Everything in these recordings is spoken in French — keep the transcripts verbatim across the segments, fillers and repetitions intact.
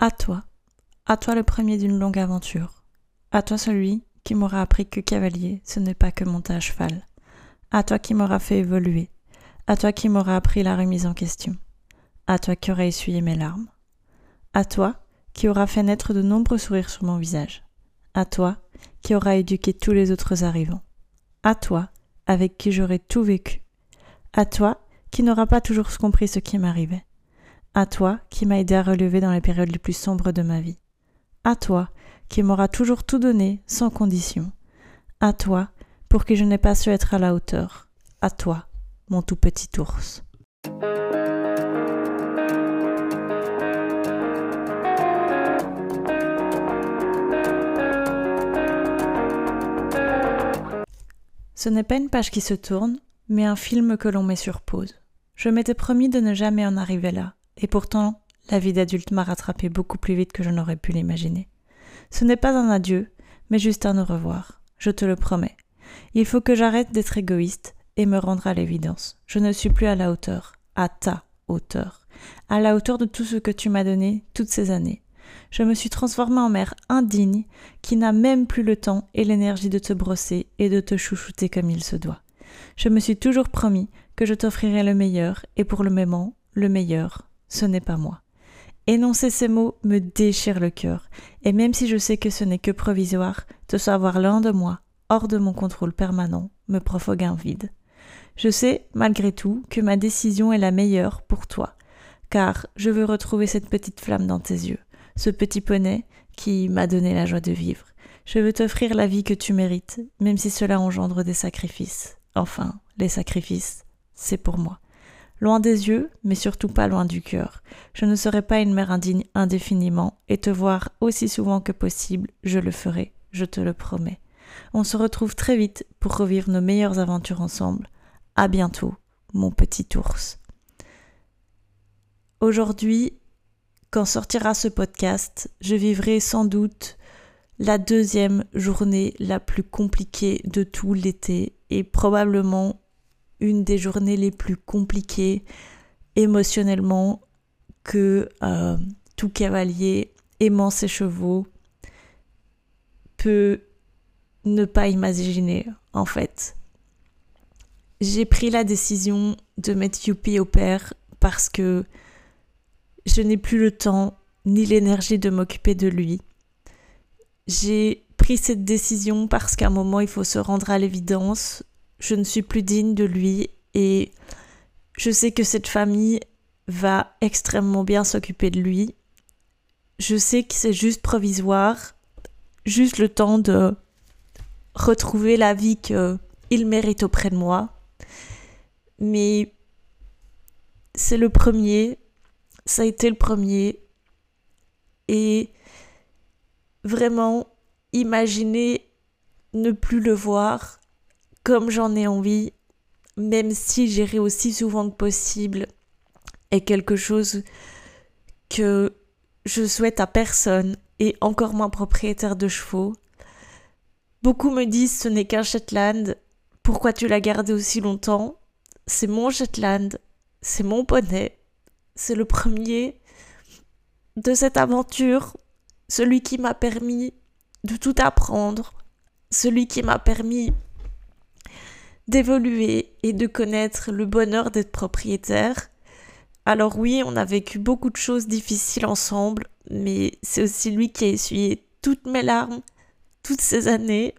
À toi, à toi le premier d'une longue aventure. À toi celui qui m'aura appris que cavalier, ce n'est pas que monter à cheval. À toi qui m'aura fait évoluer. À toi qui m'aura appris la remise en question. À toi qui auras essuyé mes larmes. À toi qui aura fait naître de nombreux sourires sur mon visage. À toi qui aura éduqué tous les autres arrivants. À toi avec qui j'aurai tout vécu. À toi qui n'aura pas toujours compris ce qui m'arrivait. À toi qui m'as aidé à relever dans les périodes les plus sombres de ma vie. À toi qui m'aura toujours tout donné sans condition. À toi pour qui je n'ai pas su être à la hauteur. À toi, mon tout petit ours. Ce n'est pas une page qui se tourne, mais un film que l'on met sur pause. Je m'étais promis de ne jamais en arriver là, et pourtant, la vie d'adulte m'a rattrapé beaucoup plus vite que je n'aurais pu l'imaginer. Ce n'est pas un adieu, mais juste un au revoir, je te le promets. Il faut que j'arrête d'être égoïste et me rendre à l'évidence. Je ne suis plus à la hauteur, à ta hauteur, à la hauteur de tout ce que tu m'as donné toutes ces années. Je me suis transformée en mère indigne qui n'a même plus le temps et l'énergie de te brosser et de te chouchouter comme il se doit. Je me suis toujours promis que je t'offrirais le meilleur et pour le moment, le meilleur, ce n'est pas moi. Énoncer ces mots me déchire le cœur et même si je sais que ce n'est que provisoire, te savoir loin de moi, hors de mon contrôle permanent, me provoque un vide. Je sais, malgré tout, que ma décision est la meilleure pour toi, car je veux retrouver cette petite flamme dans tes yeux, ce petit poney qui m'a donné la joie de vivre. Je veux t'offrir la vie que tu mérites, même si cela engendre des sacrifices. Enfin, les sacrifices, c'est pour moi. Loin des yeux, mais surtout pas loin du cœur. Je ne serai pas une mère indigne indéfiniment, et te voir aussi souvent que possible, je le ferai, je te le promets. On se retrouve très vite pour revivre nos meilleures aventures ensemble. À bientôt, mon petit ours. Aujourd'hui, quand sortira ce podcast, je vivrai sans doute la deuxième journée la plus compliquée de tout l'été et probablement une des journées les plus compliquées émotionnellement que euh, tout cavalier aimant ses chevaux peut ne pas imaginer en fait. J'ai pris la décision de mettre Youpi au pair parce que je n'ai plus le temps ni l'énergie de m'occuper de lui. J'ai pris cette décision parce qu'à un moment il faut se rendre à l'évidence. Je ne suis plus digne de lui et je sais que cette famille va extrêmement bien s'occuper de lui. Je sais que c'est juste provisoire, juste le temps de retrouver la vie qu'il mérite auprès de moi. Mais c'est le premier, ça a été le premier et vraiment imaginer ne plus le voir comme j'en ai envie, même si j'irai aussi souvent que possible, est quelque chose que je souhaite à personne et encore moins propriétaire de chevaux. Beaucoup me disent ce n'est qu'un Shetland, pourquoi tu l'as gardé aussi longtemps ? C'est mon Shetland, c'est mon poney, c'est le premier de cette aventure, celui qui m'a permis de tout apprendre, celui qui m'a permis d'évoluer et de connaître le bonheur d'être propriétaire. Alors oui, on a vécu beaucoup de choses difficiles ensemble, mais c'est aussi lui qui a essuyé toutes mes larmes, toutes ces années,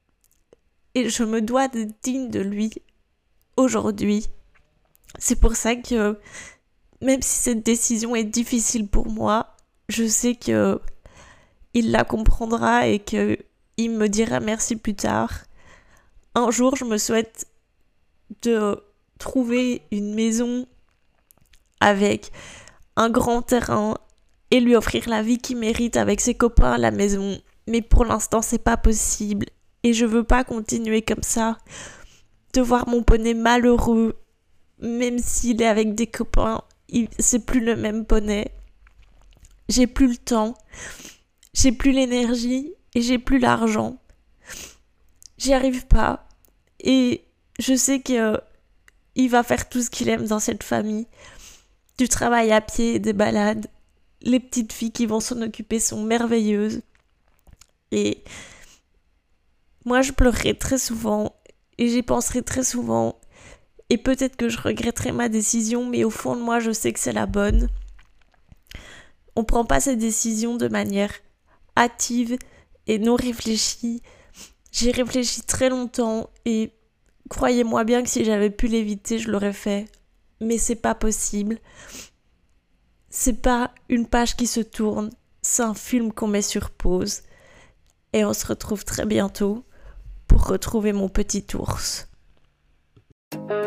et je me dois d'être digne de lui aujourd'hui. C'est pour ça que, même si cette décision est difficile pour moi, je sais que il la comprendra et que il me dira merci plus tard. Un jour, je me souhaite de trouver une maison avec un grand terrain et lui offrir la vie qu'il mérite avec ses copains à la maison. Mais pour l'instant, c'est pas possible. Et je veux pas continuer comme ça, de voir mon poney malheureux, même s'il est avec des copains, il, c'est plus le même poney. J'ai plus le temps, j'ai plus l'énergie et j'ai plus l'argent. J'y arrive pas. Et je sais qu'il va faire tout ce qu'il aime dans cette famille. Du travail à pied, des balades, les petites filles qui vont s'en occuper sont merveilleuses. Et moi, je pleurerai très souvent et j'y penserai très souvent. Et peut-être que je regretterai ma décision, mais au fond de moi, je sais que c'est la bonne. On ne prend pas ces décisions de manière hâtive et non réfléchie. J'ai réfléchi très longtemps et croyez-moi bien que si j'avais pu l'éviter, je l'aurais fait. Mais c'est pas possible. C'est pas une page qui se tourne, c'est un film qu'on met sur pause. Et on se retrouve très bientôt pour retrouver mon petit ours.